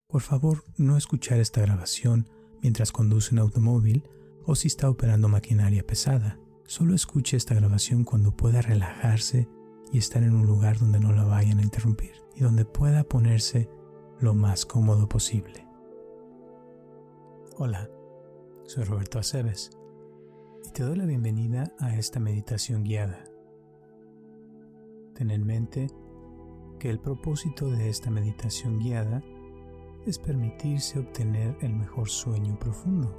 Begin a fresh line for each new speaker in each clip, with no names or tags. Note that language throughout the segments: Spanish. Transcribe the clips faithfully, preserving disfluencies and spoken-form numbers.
Por favor, no escuchar esta grabación mientras conduce un automóvil o si está operando maquinaria pesada. Solo escuche esta grabación cuando pueda relajarse y estar en un lugar donde no la vayan a interrumpir y donde pueda ponerse lo más cómodo posible. Hola, soy Roberto Aceves y te doy la bienvenida a esta meditación guiada. Ten en mente que el propósito de esta meditación guiada es permitirse obtener el mejor sueño profundo.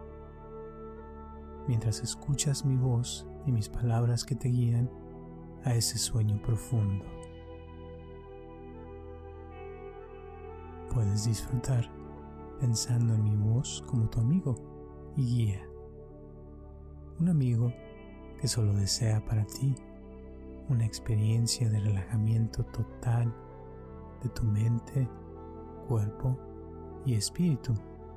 Mientras escuchas mi voz y mis palabras que te guían a ese sueño profundo, puedes disfrutar pensando en mi voz como tu amigo y guía. Un amigo que solo desea para ti una experiencia de relajamiento total de tu mente, cuerpo y espíritu.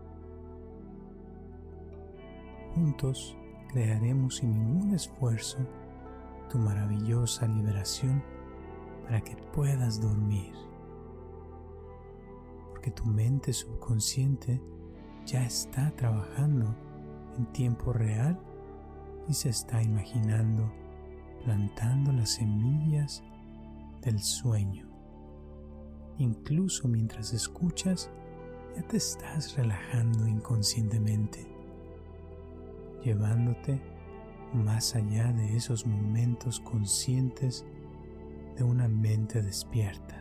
Juntos crearemos sin ningún esfuerzo tu maravillosa liberación para que puedas dormir. Porque tu mente subconsciente ya está trabajando en tiempo real y se está imaginando plantando las semillas del sueño. Incluso mientras escuchas, ya te estás relajando inconscientemente, llevándote más allá de esos momentos conscientes de una mente despierta,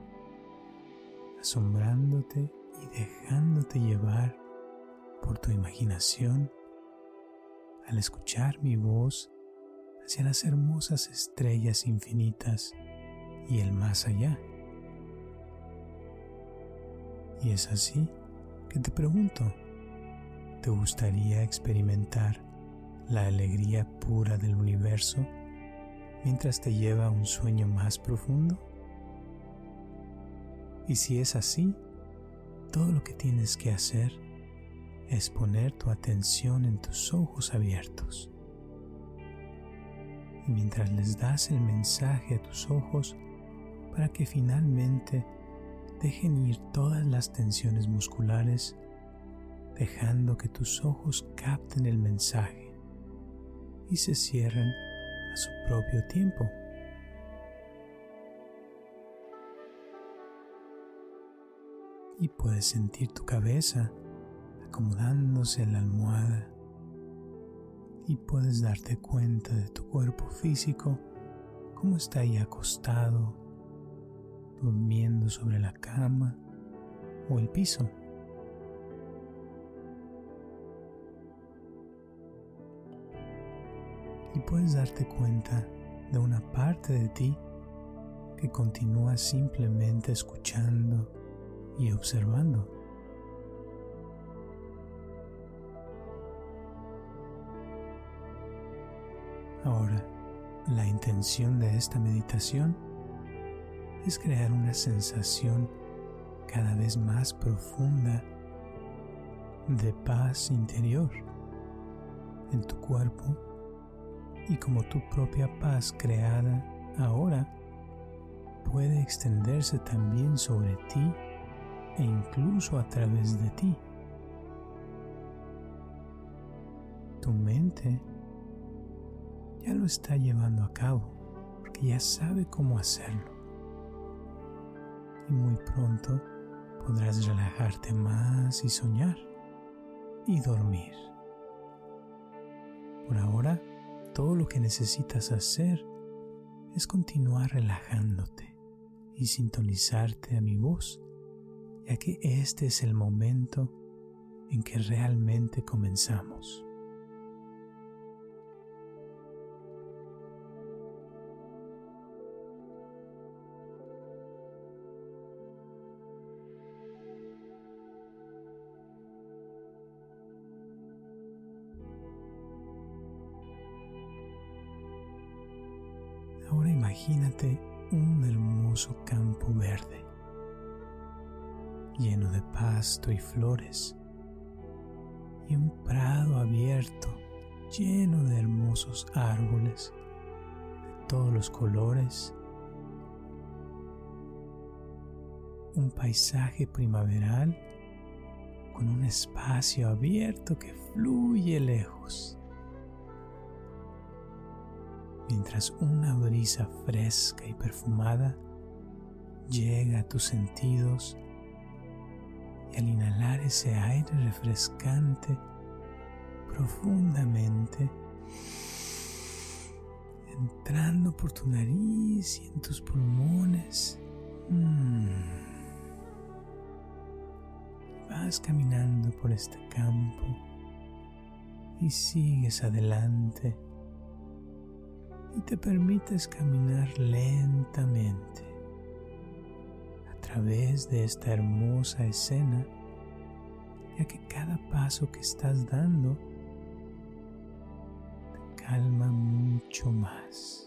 asombrándote y dejándote llevar por tu imaginación al escuchar mi voz hacia las hermosas estrellas infinitas y el más allá. Y es así que te pregunto, ¿te gustaría experimentar la alegría pura del universo mientras te lleva a un sueño más profundo? Y si es así, todo lo que tienes que hacer es poner tu atención en tus ojos abiertos. Y mientras les das el mensaje a tus ojos para que finalmente dejen ir todas las tensiones musculares, dejando que tus ojos capten el mensaje y se cierren a su propio tiempo. Y puedes sentir tu cabeza acomodándose en la almohada y puedes darte cuenta de tu cuerpo físico, cómo está ahí acostado, durmiendo sobre la cama o el piso. Y puedes darte cuenta de una parte de ti que continúa simplemente escuchando y observando. Ahora, la intención de esta meditación es crear una sensación cada vez más profunda de paz interior en tu cuerpo, y como tu propia paz creada ahora puede extenderse también sobre ti e incluso a través de ti. Tu mente ya lo está llevando a cabo porque ya sabe cómo hacerlo. Y muy pronto podrás relajarte más y soñar y dormir. Por ahora, todo lo que necesitas hacer es continuar relajándote y sintonizarte a mi voz, ya que este es el momento en que realmente comenzamos. Ahora imagínate un hermoso campo verde, lleno de pasto y flores, y un prado abierto, lleno de hermosos árboles de todos los colores un paisaje primaveral con un espacio abierto que fluye lejos, mientras una brisa fresca y perfumada llega a tus sentidos, y al inhalar ese aire refrescante profundamente, entrando por tu nariz y en tus pulmones, mmm, vas caminando por este campo y sigues adelante y te permites caminar lentamente a través de esta hermosa escena, ya que cada paso que estás dando te calma mucho más.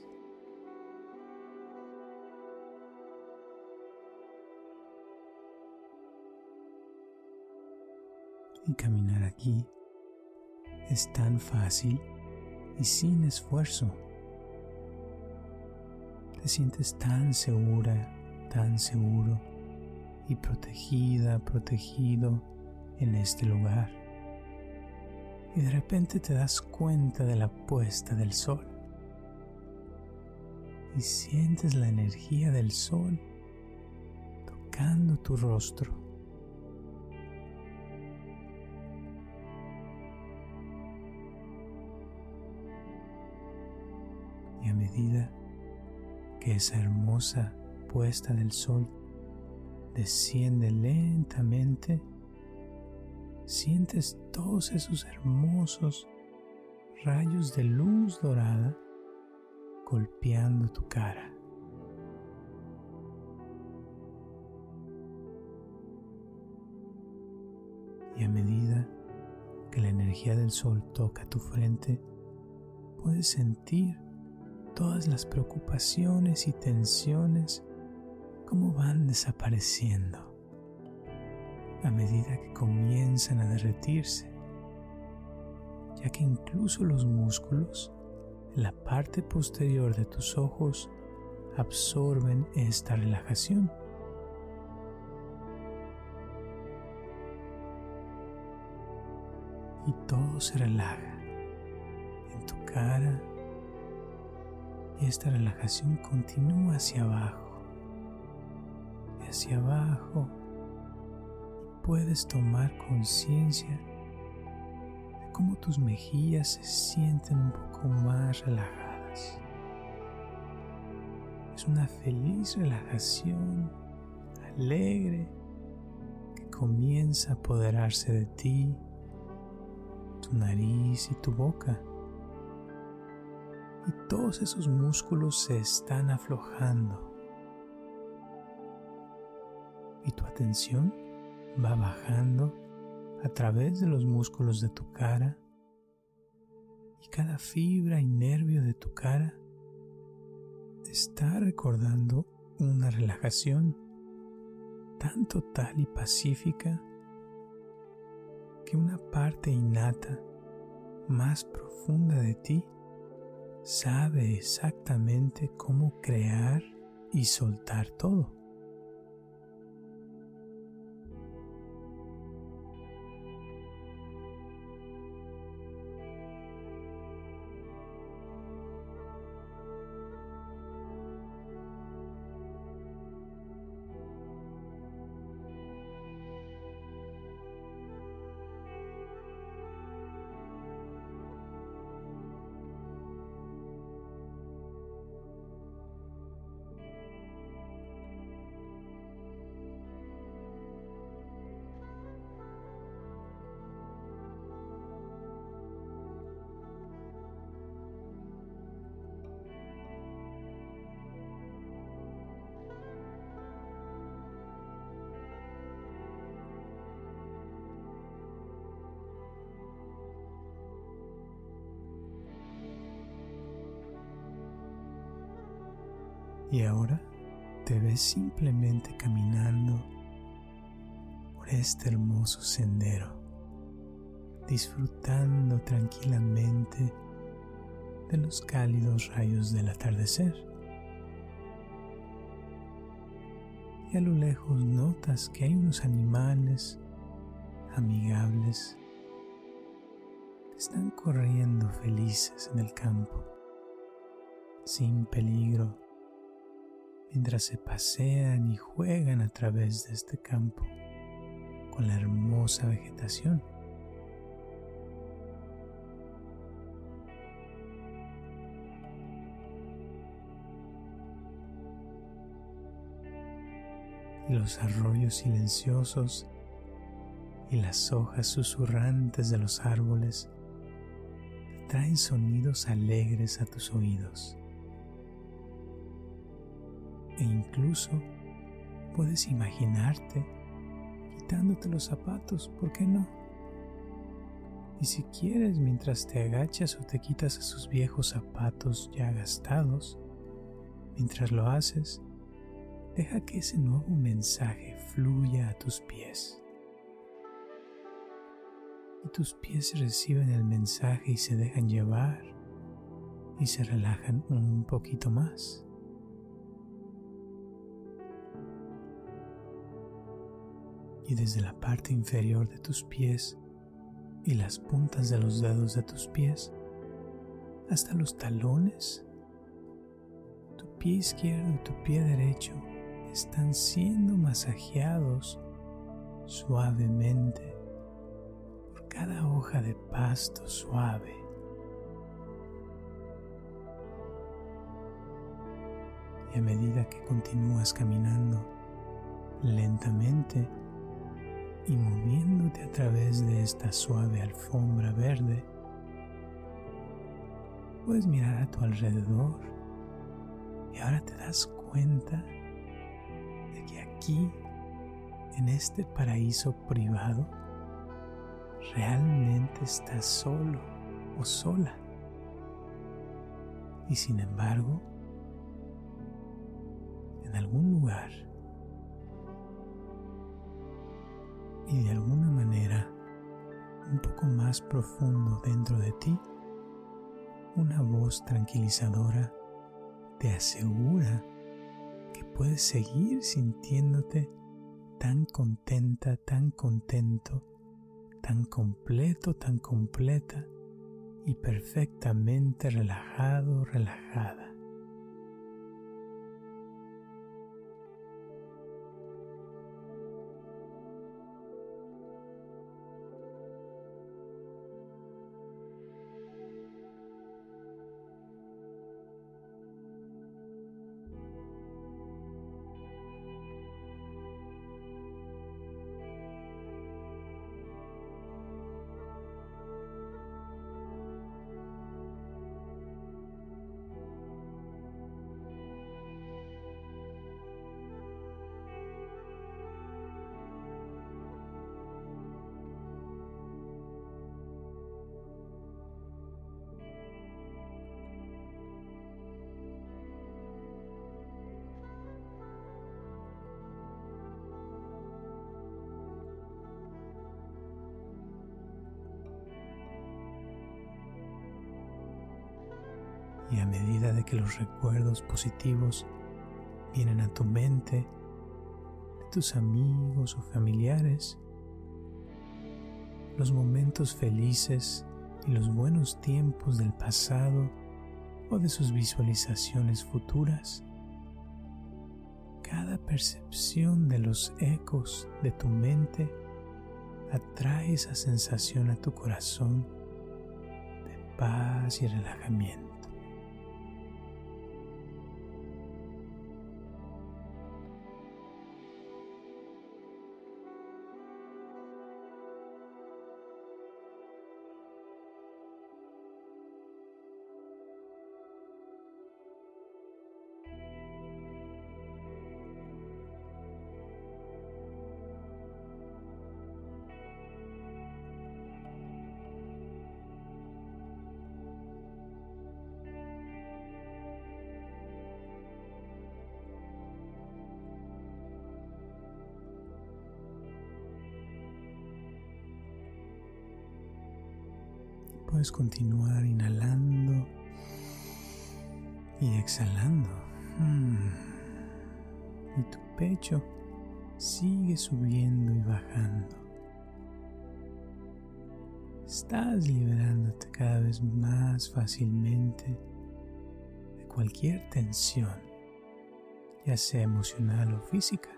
Y caminar aquí es tan fácil y sin esfuerzo. Te sientes tan segura, tan seguro y protegida, protegido en este lugar. Y de repente te das cuenta de la puesta del sol. Y sientes la energía del sol tocando tu rostro. Y a medida que esa hermosa puesta del sol desciende lentamente, sientes todos esos hermosos rayos de luz dorada golpeando tu cara. Y a medida que la energía del sol toca tu frente, puedes sentir todas las preocupaciones y tensiones como van desapareciendo a medida que comienzan a derretirse, ya que incluso los músculos en la parte posterior de tus ojos absorben esta relajación. Y todo se relaja en tu cara. Y esta relajación continúa hacia abajo y hacia abajo, y puedes tomar conciencia de cómo tus mejillas se sienten un poco más relajadas. Es una feliz relajación alegre que comienza a apoderarse de ti, tu nariz y tu boca. Y todos esos músculos se están aflojando. Y tu atención va bajando a través de los músculos de tu cara. Y cada fibra y nervio de tu cara está recordando una relajación tan total y pacífica que una parte innata más profunda de ti sabe exactamente cómo crear y soltar todo. Y ahora te ves simplemente caminando por este hermoso sendero, disfrutando tranquilamente de los cálidos rayos del atardecer. y a lo lejos notas que hay unos animales amigables que están corriendo felices en el campo, sin peligro, mientras se pasean y juegan a través de este campo con la hermosa vegetación. Y los arroyos silenciosos y las hojas susurrantes de los árboles te traen sonidos alegres a tus oídos. E incluso puedes imaginarte quitándote los zapatos, ¿por qué no? Y si quieres, mientras te agachas o te quitas esos viejos zapatos ya gastados, mientras lo haces, deja que ese nuevo mensaje fluya a tus pies. Y tus pies reciben el mensaje y se dejan llevar y se relajan un poquito más. Y desde la parte inferior de tus pies y las puntas de los dedos de tus pies hasta los talones, tu pie izquierdo y tu pie derecho están siendo masajeados suavemente por cada hoja de pasto suave. Y a medida que continúas caminando lentamente y moviéndote a través de esta suave alfombra verde, puedes mirar a tu alrededor y ahora te das cuenta de que aquí, en este paraíso privado, realmente estás solo o sola. Y sin embargo, en algún lugar y de alguna manera un poco más profundo dentro de ti, una voz tranquilizadora te asegura que puedes seguir sintiéndote tan contenta, tan contento, tan completo, tan completa y perfectamente relajado, relajada. Y a medida de que los recuerdos positivos vienen a tu mente, de tus amigos o familiares, los momentos felices y los buenos tiempos del pasado o de sus visualizaciones futuras, cada percepción de los ecos de tu mente atrae esa sensación a tu corazón de paz y relajamiento. Puedes continuar inhalando y exhalando. Y tu pecho sigue subiendo y bajando. Estás liberándote cada vez más fácilmente de cualquier tensión, ya sea emocional o física.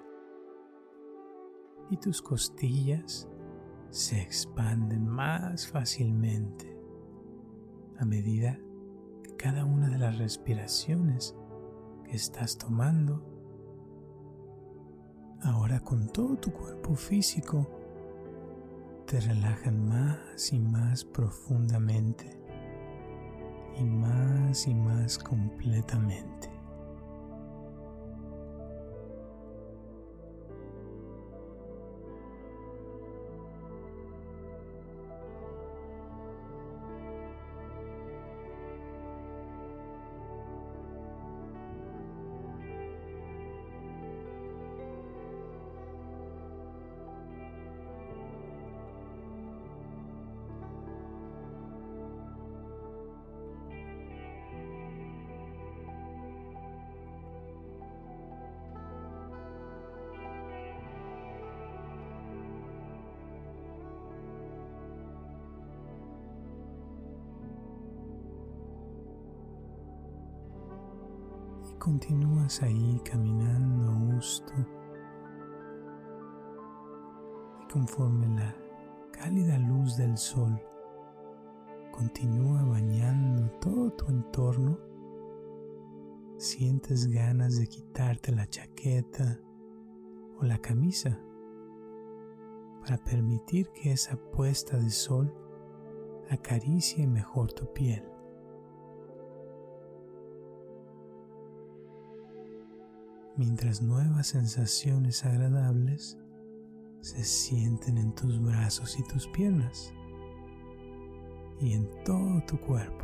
Y tus costillas se expanden más fácilmente a medida que cada una de las respiraciones que estás tomando, ahora con todo tu cuerpo físico, te relajan más y más profundamente y más y más completamente. Continúas ahí caminando a gusto y conforme la cálida luz del sol continúa bañando todo tu entorno, sientes ganas de quitarte la chaqueta o la camisa para permitir que esa puesta de sol acaricie mejor tu piel. Mientras nuevas sensaciones agradables se sienten en tus brazos y tus piernas y en todo tu cuerpo.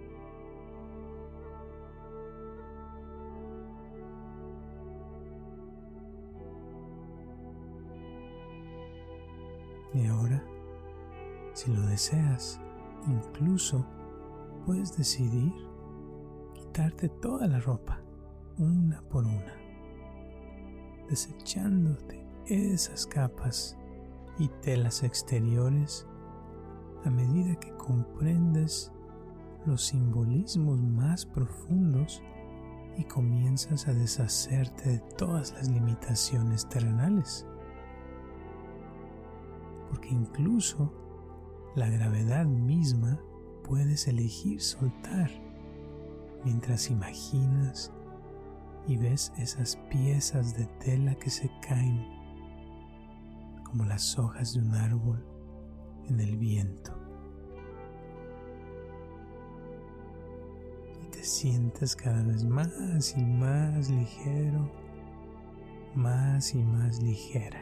Y ahora, si lo deseas, incluso puedes decidir quitarte toda la ropa, una por una, desechándote esas capas y telas exteriores a medida que comprendes los simbolismos más profundos y comienzas a deshacerte de todas las limitaciones terrenales. Porque incluso la gravedad misma puedes elegir soltar mientras imaginas y ves esas piezas de tela que se caen como las hojas de un árbol en el viento. Y te sientes cada vez más y más ligero, más y más ligera.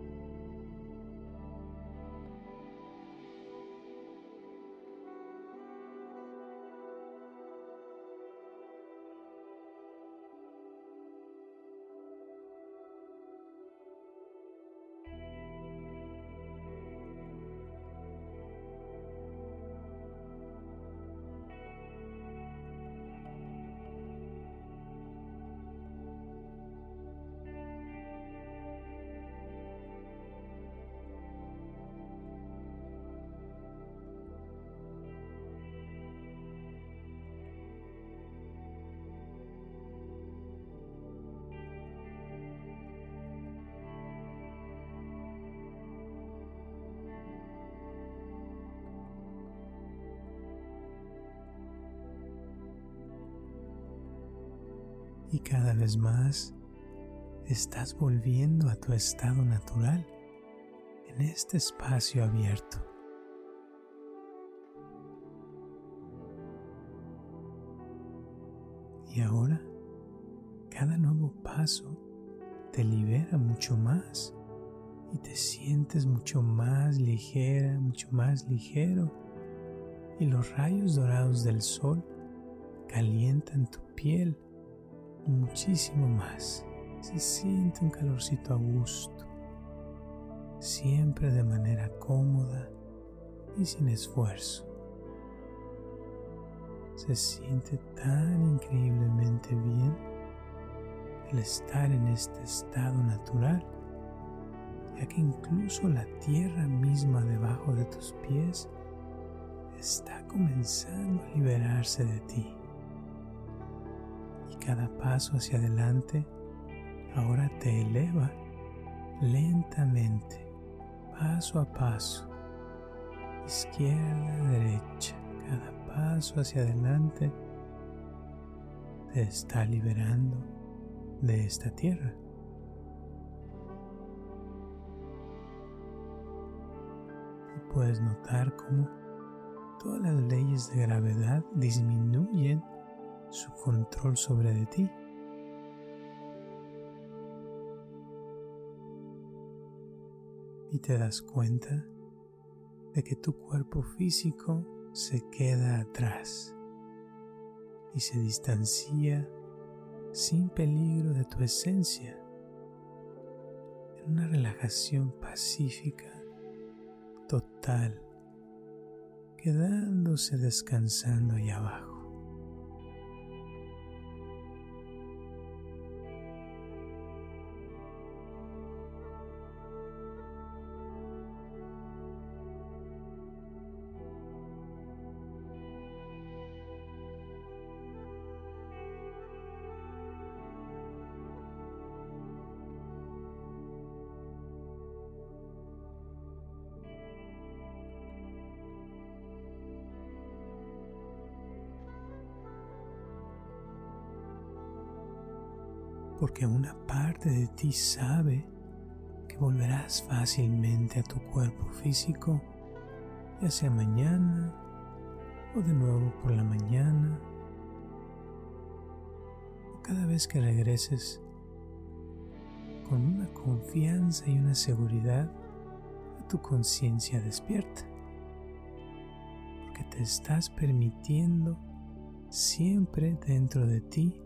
Y cada vez más estás volviendo a tu estado natural en este espacio abierto. Y ahora, cada nuevo paso te libera mucho más y te sientes mucho más ligera, mucho más ligero, y los rayos dorados del sol calientan tu piel muchísimo más. Se siente un calorcito a gusto, siempre de manera cómoda y sin esfuerzo. Se siente tan increíblemente bien el estar en este estado natural ya que incluso la tierra misma debajo de tus pies está comenzando a liberarse de ti. Y cada paso hacia adelante ahora te eleva lentamente, paso a paso, izquierda, derecha. Cada paso hacia adelante te está liberando de esta tierra. Y puedes notar cómo todas las leyes de gravedad disminuyen su control sobre de ti. Y te das cuenta de que tu cuerpo físico se queda atrás y se distancia sin peligro de tu esencia, en una relajación pacífica total, quedándose descansando ahí abajo. Porque una parte de ti sabe que volverás fácilmente a tu cuerpo físico, ya sea mañana o de nuevo por la mañana, o cada vez que regreses con una confianza y una seguridad a tu conciencia despierta, porque te estás permitiendo siempre dentro de ti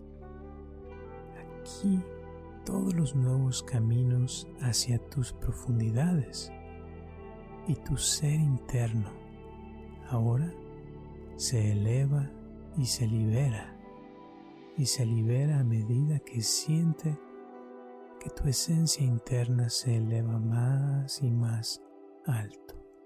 aquí todos los nuevos caminos hacia tus profundidades, y tu ser interno ahora se eleva y se libera, y se libera a medida que siente que tu esencia interna se eleva más y más alto.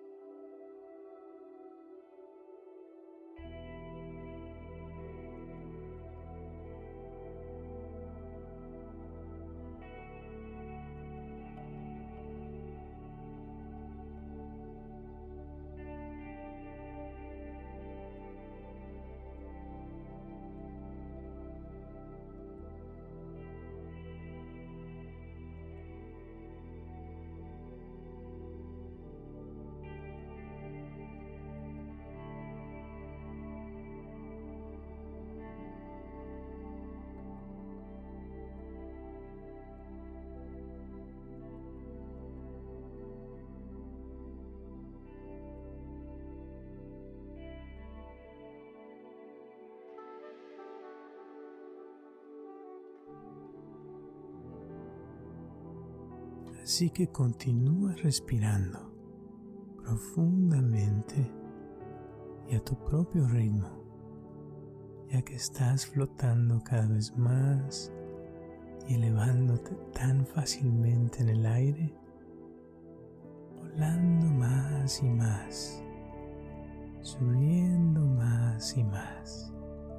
Así que continúa respirando profundamente y a tu propio ritmo, ya que estás flotando cada vez más y elevándote tan fácilmente en el aire, volando más y más, subiendo más y más,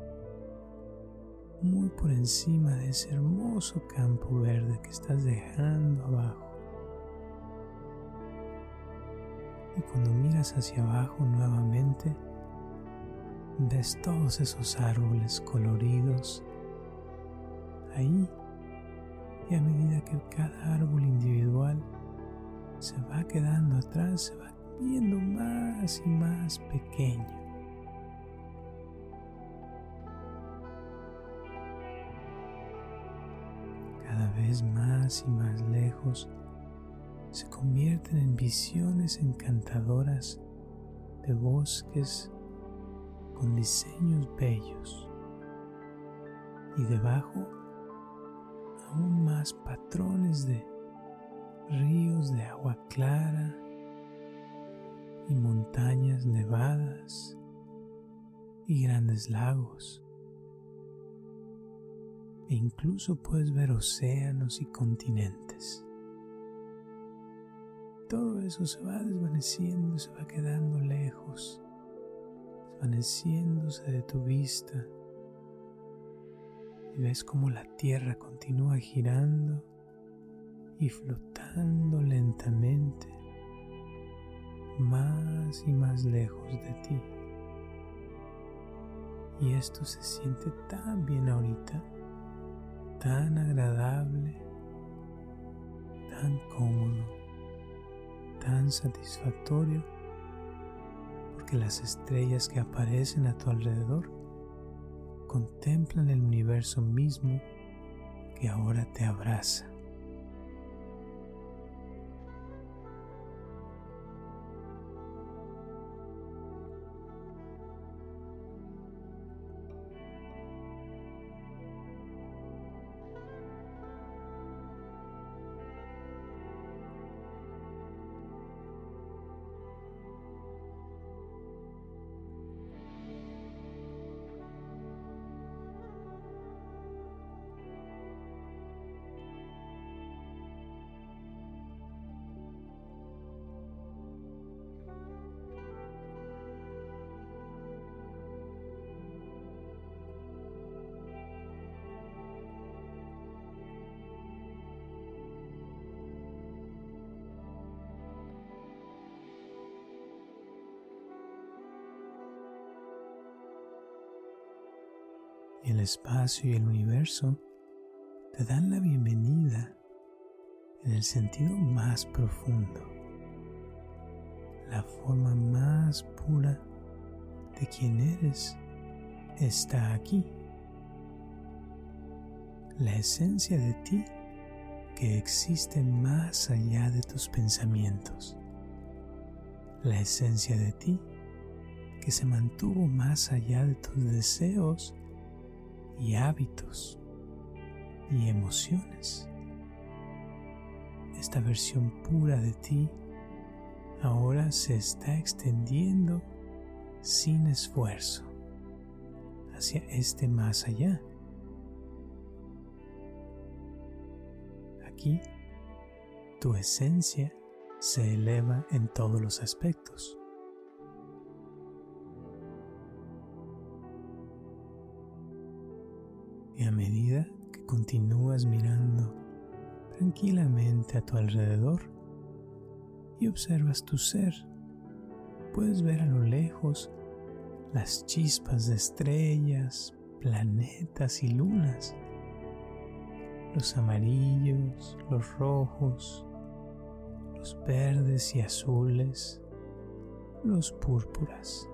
muy por encima de ese hermoso campo verde que estás dejando abajo. Y cuando miras hacia abajo nuevamente, ves todos esos árboles coloridos ahí, y a medida que cada árbol individual se va quedando atrás, se va viendo más y más pequeño. Cada vez más y más lejos, se convierten en visiones encantadoras de bosques con diseños bellos, y debajo aún más patrones de ríos de agua clara y montañas nevadas y grandes lagos, e incluso puedes ver océanos y continentes. todo eso se va desvaneciendo, se va quedando lejos, desvaneciéndose de tu vista. Y ves cómo la tierra continúa girando y flotando lentamente, más y más lejos de ti. Y esto se siente tan bien ahorita, tan agradable, tan cómodo, tan satisfactorio, porque las estrellas que aparecen a tu alrededor contemplan el universo mismo que ahora te abraza. Y el espacio y el universo te dan la bienvenida en el sentido más profundo. La forma más pura de quien eres está aquí. La esencia de ti que existe más allá de tus pensamientos. La esencia de ti que se mantuvo más allá de tus deseos y hábitos y emociones. Esta versión pura de ti ahora se está extendiendo sin esfuerzo hacia este más allá. Aquí, tu esencia se eleva en todos los aspectos. Y a medida que continúas mirando tranquilamente a tu alrededor y observas tu ser, puedes ver a lo lejos las chispas de estrellas, planetas y lunas, los amarillos, los rojos, los verdes y azules, los púrpuras.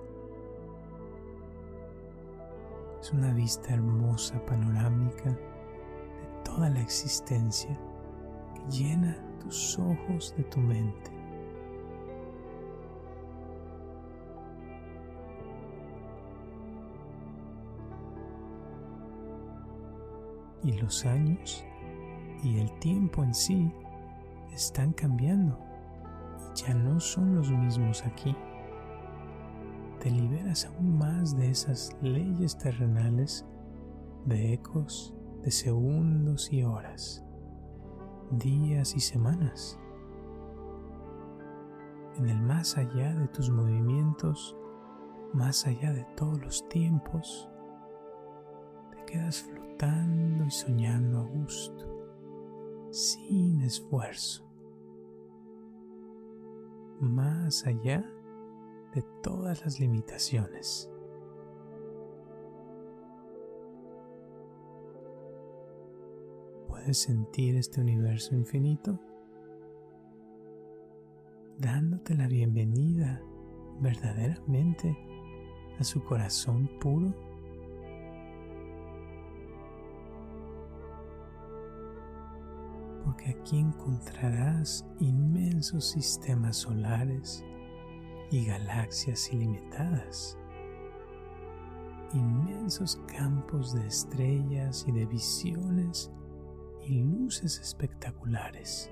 Es una vista hermosa, panorámica de toda la existencia que llena tus ojos de tu mente. Y los años y el tiempo en sí están cambiando y ya no son los mismos aquí. Te liberas aún más de esas leyes terrenales de ecos de segundos y horas, días y semanas. En el más allá de tus movimientos, más allá de todos los tiempos, te quedas flotando y soñando a gusto, sin esfuerzo, más allá de todas las limitaciones. ¿Puedes sentir este universo infinito dándote la bienvenida verdaderamente a su corazón puro? Porque aquí encontrarás inmensos sistemas solares y galaxias ilimitadas, inmensos campos de estrellas y de visiones y luces espectaculares.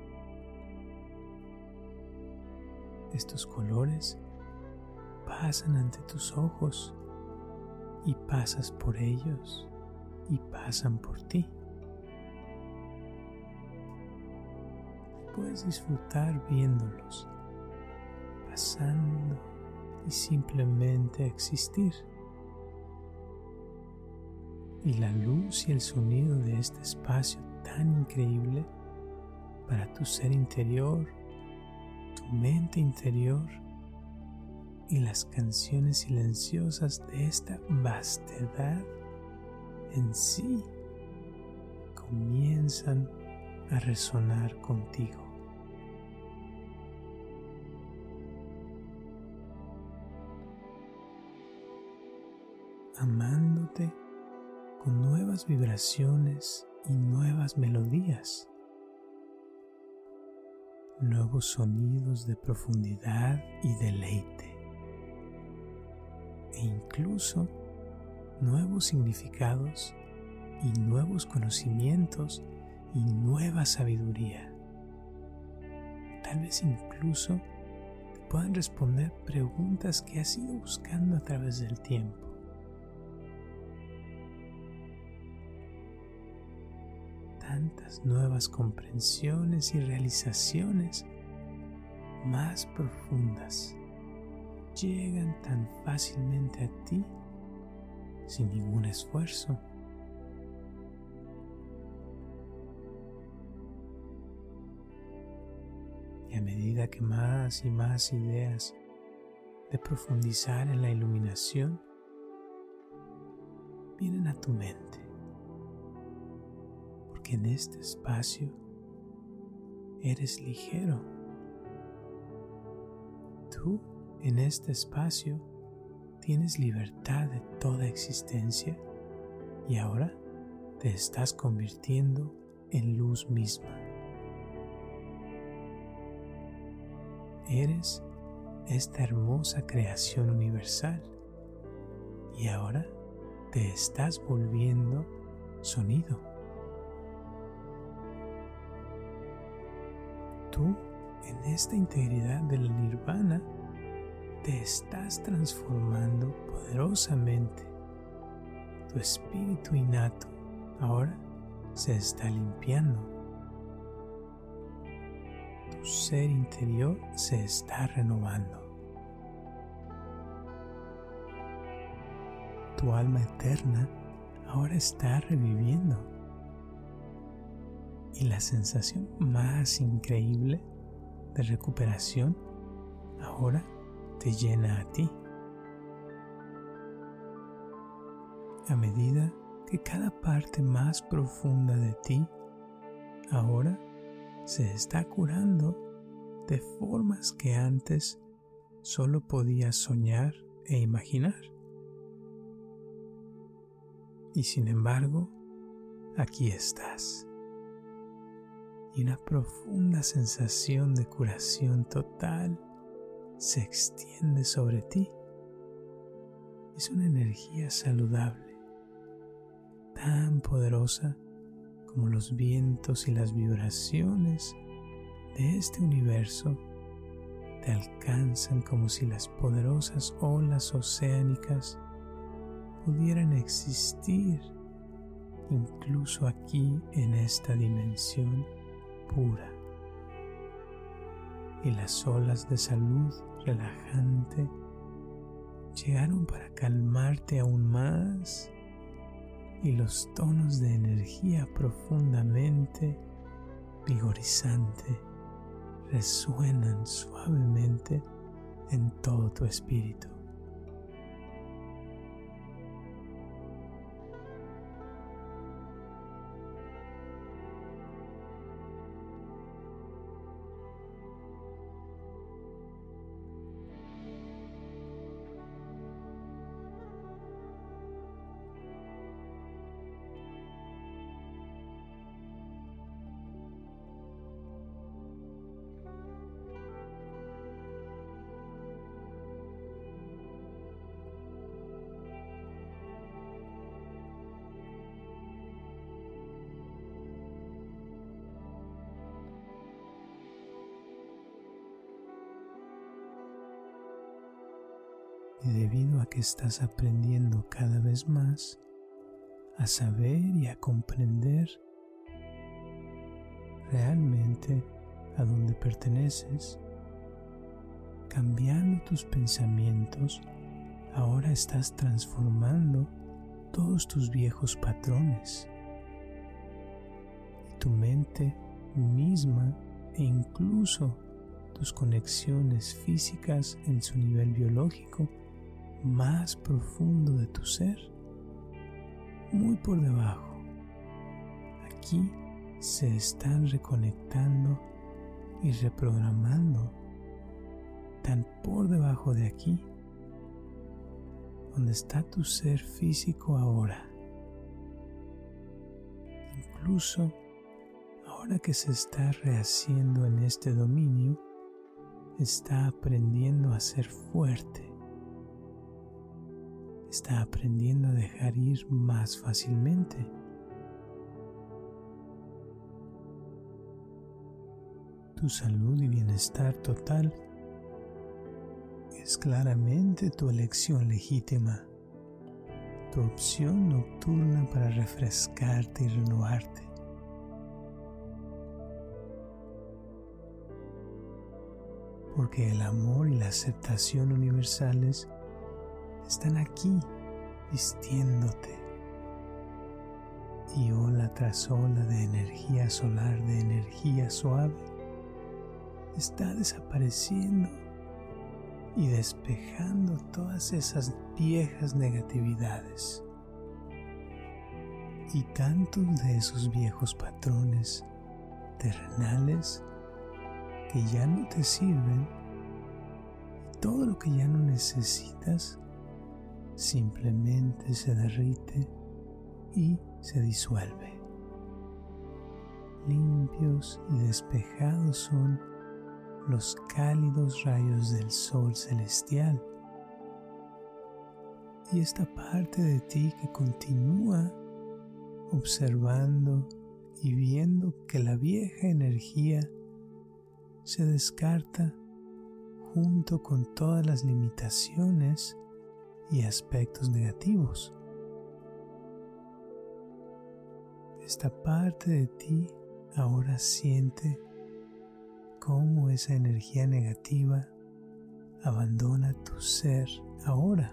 Estos colores pasan ante tus ojos y pasas por ellos y pasan por ti. puedes disfrutar viéndolos, pasando y simplemente existir. Y la luz y el sonido de este espacio tan increíble para tu ser interior, tu mente interior y las canciones silenciosas de esta vastedad en sí comienzan a resonar contigo. Amándote con nuevas vibraciones y nuevas melodías, nuevos sonidos de profundidad y deleite, e incluso nuevos significados y nuevos conocimientos y nueva sabiduría. Tal vez incluso te puedan responder preguntas que has ido buscando a través del tiempo. Tantas nuevas comprensiones y realizaciones más profundas llegan tan fácilmente a ti sin ningún esfuerzo. Y a medida que más y más ideas de profundizar en la iluminación vienen a tu mente, porque en este espacio eres ligero. Tú en este espacio tienes libertad de toda existencia y ahora te estás convirtiendo en luz misma. Eres esta hermosa creación universal y ahora te estás volviendo sonido. Tú, en esta integridad del nirvana, te estás transformando poderosamente. Tu espíritu innato ahora se está limpiando. Tu ser interior se está renovando. Tu alma eterna ahora está reviviendo. Y la sensación más increíble de recuperación ahora te llena a ti. A medida que cada parte más profunda de ti ahora se está curando de formas que antes solo podías soñar e imaginar. Y sin embargo, aquí estás. Y una profunda sensación de curación total se extiende sobre ti. Es una energía saludable, tan poderosa como los vientos y las vibraciones de este universo te alcanzan como si las poderosas olas oceánicas pudieran existir incluso aquí en esta dimensión pura. Y las olas de salud relajante llegaron para calmarte aún más, y los tonos de energía profundamente vigorizante resuenan suavemente en todo tu espíritu. Y debido a que estás aprendiendo cada vez más a saber y a comprender realmente a donde perteneces, cambiando tus pensamientos, ahora estás transformando todos tus viejos patrones. Y tu mente misma e incluso tus conexiones físicas en su nivel biológico más profundo de tu ser, muy por debajo. Aquí se están reconectando y reprogramando tan por debajo de aquí, donde está tu ser físico ahora. Incluso ahora que se está rehaciendo en este dominio, está aprendiendo a ser fuerte. Está aprendiendo a dejar ir más fácilmente. Tu salud y bienestar total es claramente tu elección legítima, tu opción nocturna para refrescarte y renovarte. Porque el amor y la aceptación universales están aquí vistiéndote, y ola tras ola de energía solar, de energía suave, está desapareciendo y despejando todas esas viejas negatividades y tantos de esos viejos patrones terrenales que ya no te sirven, y todo lo que ya no necesitas simplemente se derrite y se disuelve. Limpios y despejados son los cálidos rayos del sol celestial, y esta parte de ti que continúa observando y viendo que la vieja energía se descarta junto con todas las limitaciones y aspectos negativos. Esta parte de ti ahora siente cómo esa energía negativa abandona tu ser ahora.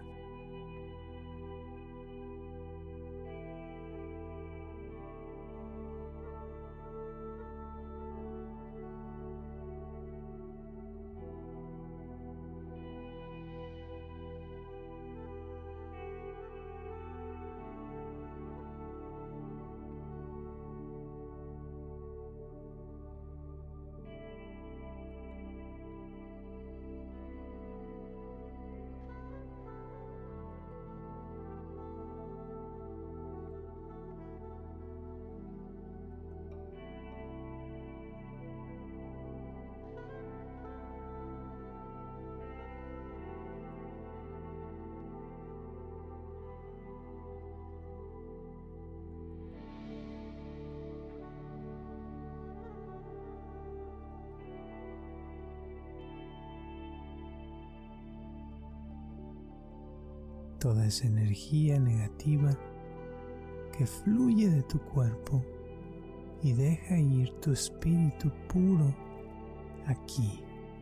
Toda esa energía negativa que fluye de tu cuerpo y deja ir tu espíritu puro aquí.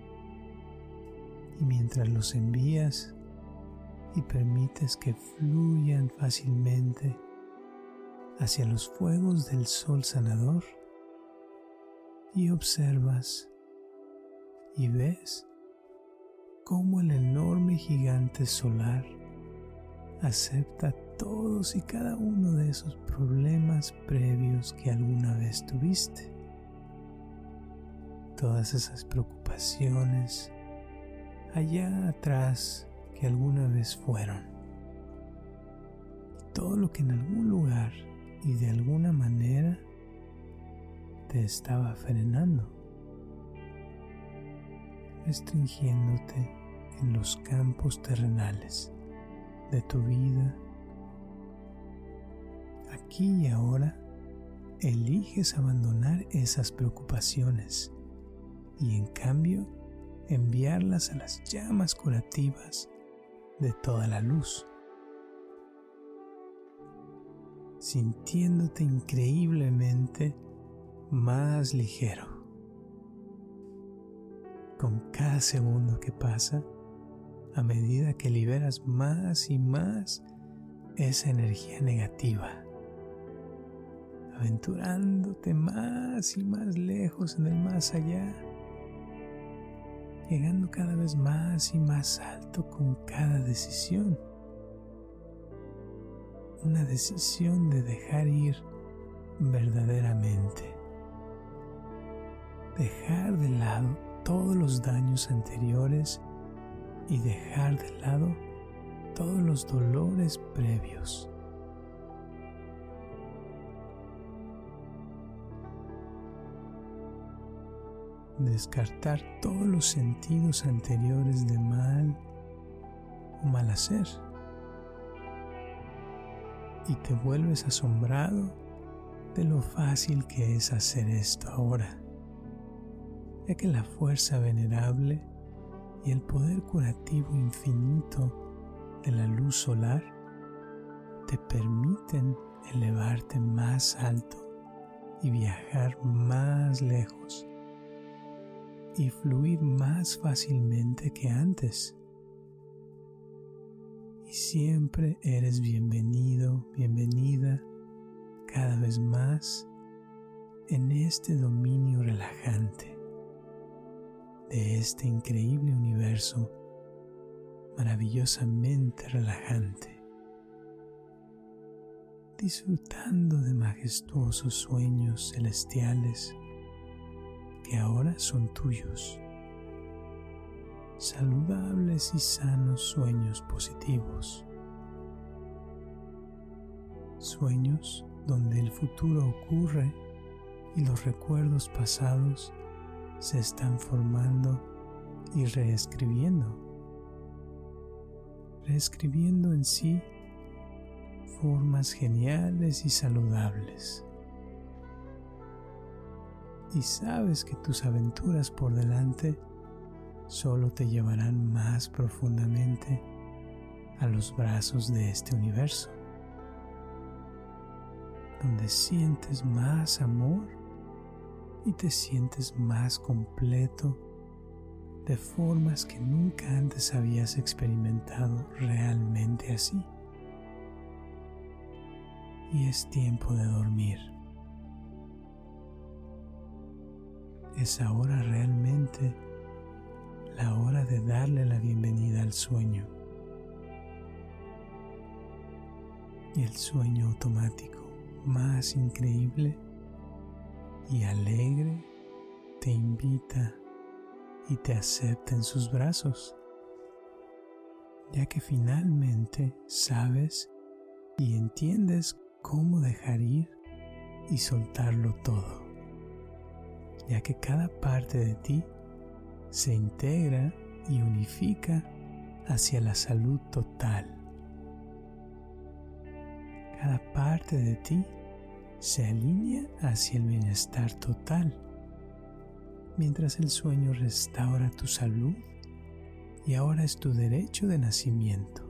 Y mientras los envías y permites que fluyan fácilmente hacia los fuegos del sol sanador, y observas y ves cómo el enorme gigante solar acepta todos y cada uno de esos problemas previos que alguna vez tuviste, todas esas preocupaciones allá atrás que alguna vez fueron, todo lo que en algún lugar y de alguna manera te estaba frenando, restringiéndote en los campos terrenales de tu vida. Aquí y ahora eliges abandonar esas preocupaciones y en cambio enviarlas a las llamas curativas de toda la luz, sintiéndote increíblemente más ligero, con cada segundo que pasa, a medida que liberas más y más esa energía negativa, aventurándote más y más lejos en el más allá, llegando cada vez más y más alto con cada decisión. Una decisión de dejar ir verdaderamente. Dejar de lado todos los daños anteriores y dejar de lado todos los dolores previos. Descartar todos los sentidos anteriores de mal o mal hacer. Y te vuelves asombrado de lo fácil que es hacer esto ahora, ya que la fuerza venerable y el poder curativo infinito de la luz solar te permiten elevarte más alto y viajar más lejos y fluir más fácilmente que antes. Y siempre eres bienvenido, bienvenida cada vez más en este dominio relajante de este increíble universo maravillosamente relajante, disfrutando de majestuosos sueños celestiales que ahora son tuyos, saludables y sanos sueños positivos, sueños donde el futuro ocurre y los recuerdos pasados se están formando y reescribiendo, reescribiendo en sí formas geniales y saludables. Y sabes que tus aventuras por delante solo te llevarán más profundamente a los brazos de este universo, donde sientes más amor y te sientes más completo de formas que nunca antes habías experimentado realmente así. Y es tiempo de dormir. Es ahora realmente la hora de darle la bienvenida al sueño. Y el sueño automático más increíble y alegre te invita y te acepta en sus brazos, ya que finalmente sabes y entiendes cómo dejar ir y soltarlo todo, ya que cada parte de ti se integra y unifica hacia la salud total. Cada parte de ti se alinea hacia el bienestar total, mientras el sueño restaura tu salud y ahora es tu derecho de nacimiento.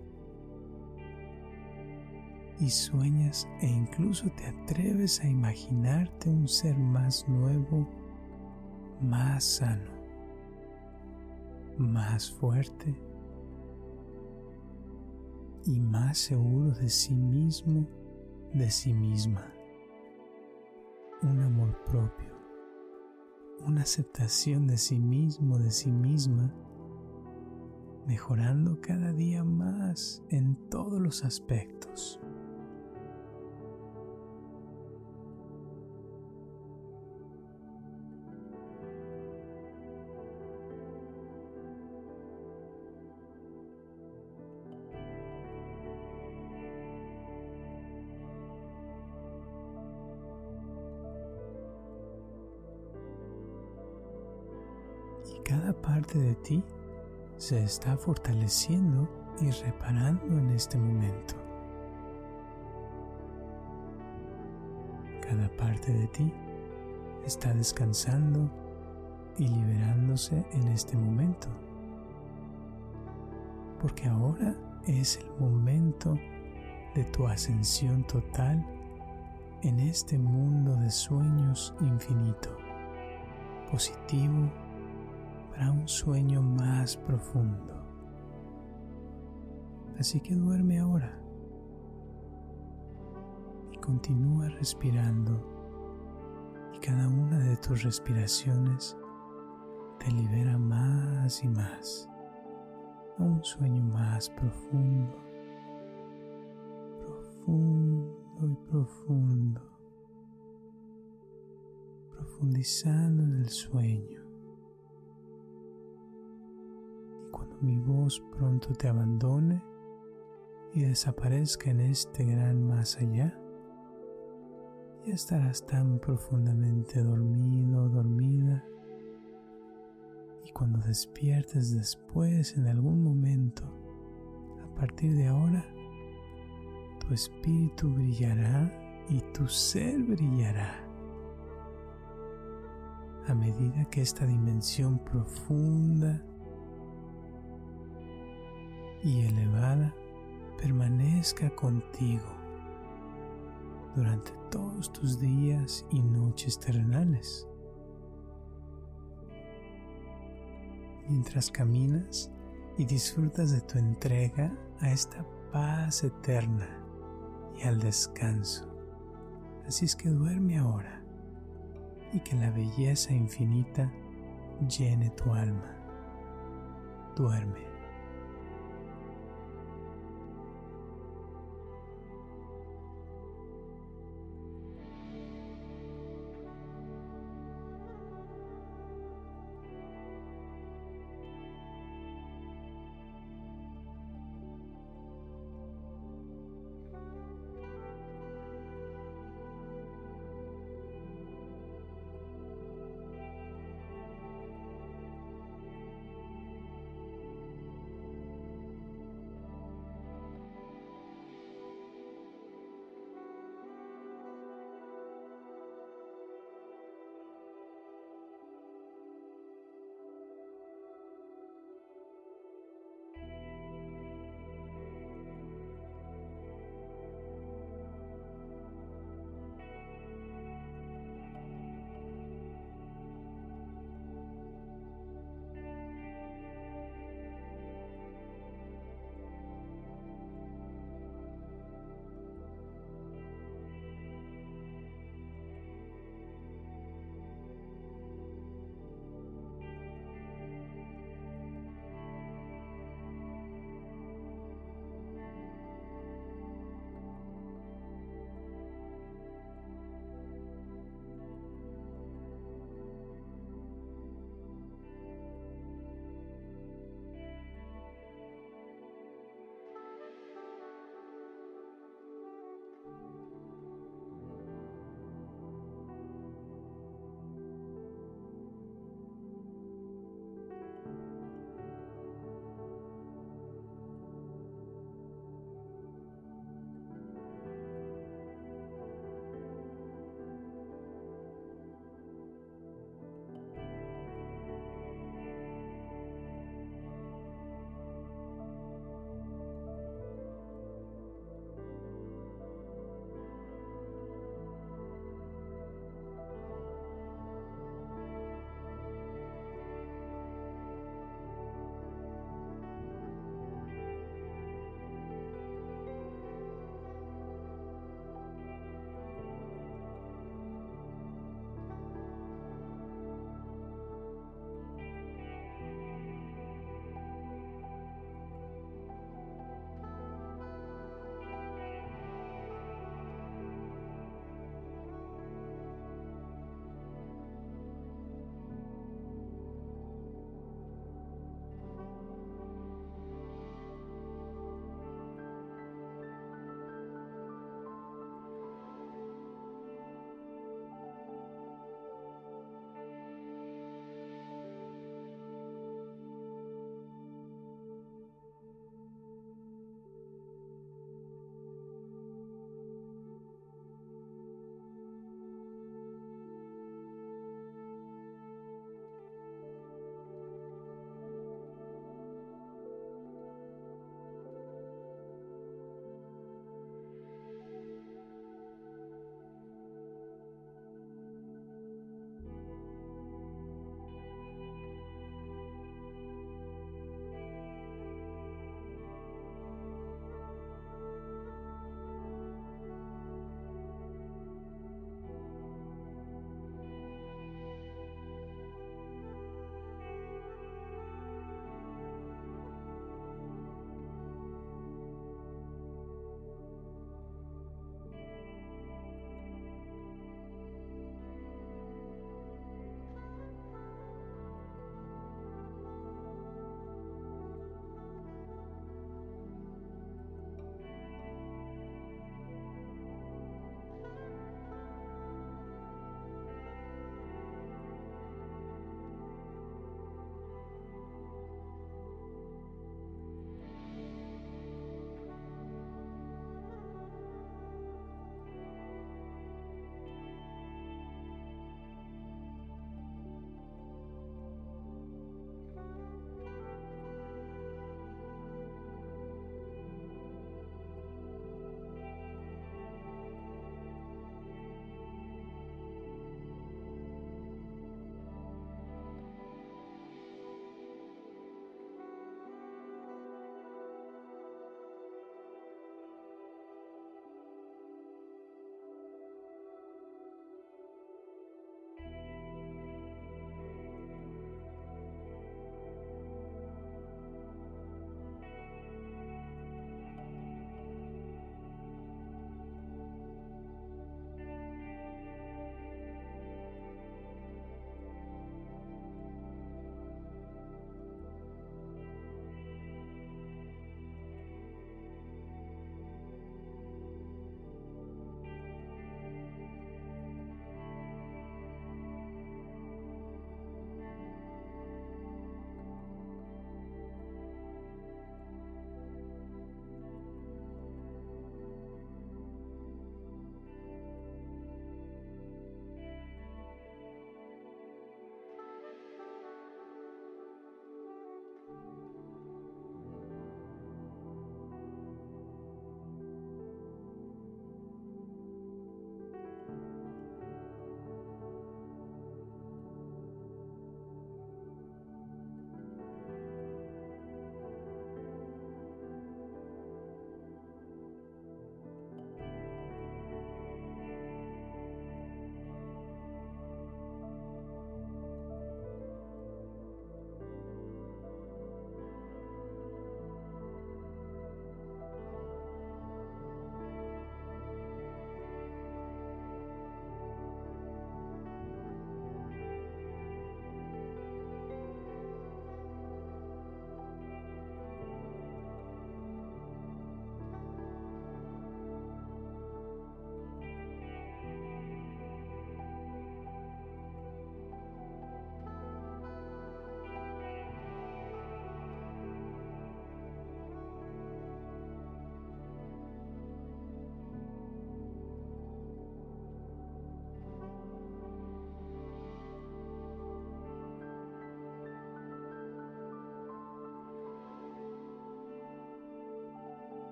Y sueñas e incluso te atreves a imaginarte un ser más nuevo, más sano, más fuerte y más seguro de sí mismo, de sí misma. Un amor propio, una aceptación de sí mismo, de sí misma, mejorando cada día más en todos los aspectos. Cada parte de ti se está fortaleciendo y reparando en este momento. Cada parte de ti está descansando y liberándose en este momento, porque ahora es el momento de tu ascensión total en este mundo de sueños infinito, positivo, para un sueño más profundo. Así que duerme ahora y continúa respirando, y cada una de tus respiraciones te libera más y más a un sueño más profundo, profundo y profundo, profundizando en el sueño. Y cuando mi voz pronto te abandone y desaparezca en este gran más allá, ya estarás tan profundamente dormido o dormida, y cuando despiertes después en algún momento, a partir de ahora, tu espíritu brillará y tu ser brillará. A medida que esta dimensión profunda y elevada permanezca contigo durante todos tus días y noches terrenales. Mientras caminas y disfrutas de tu entrega a esta paz eterna y al descanso. Así es que duerme ahora y que la belleza infinita llene tu alma. Duerme.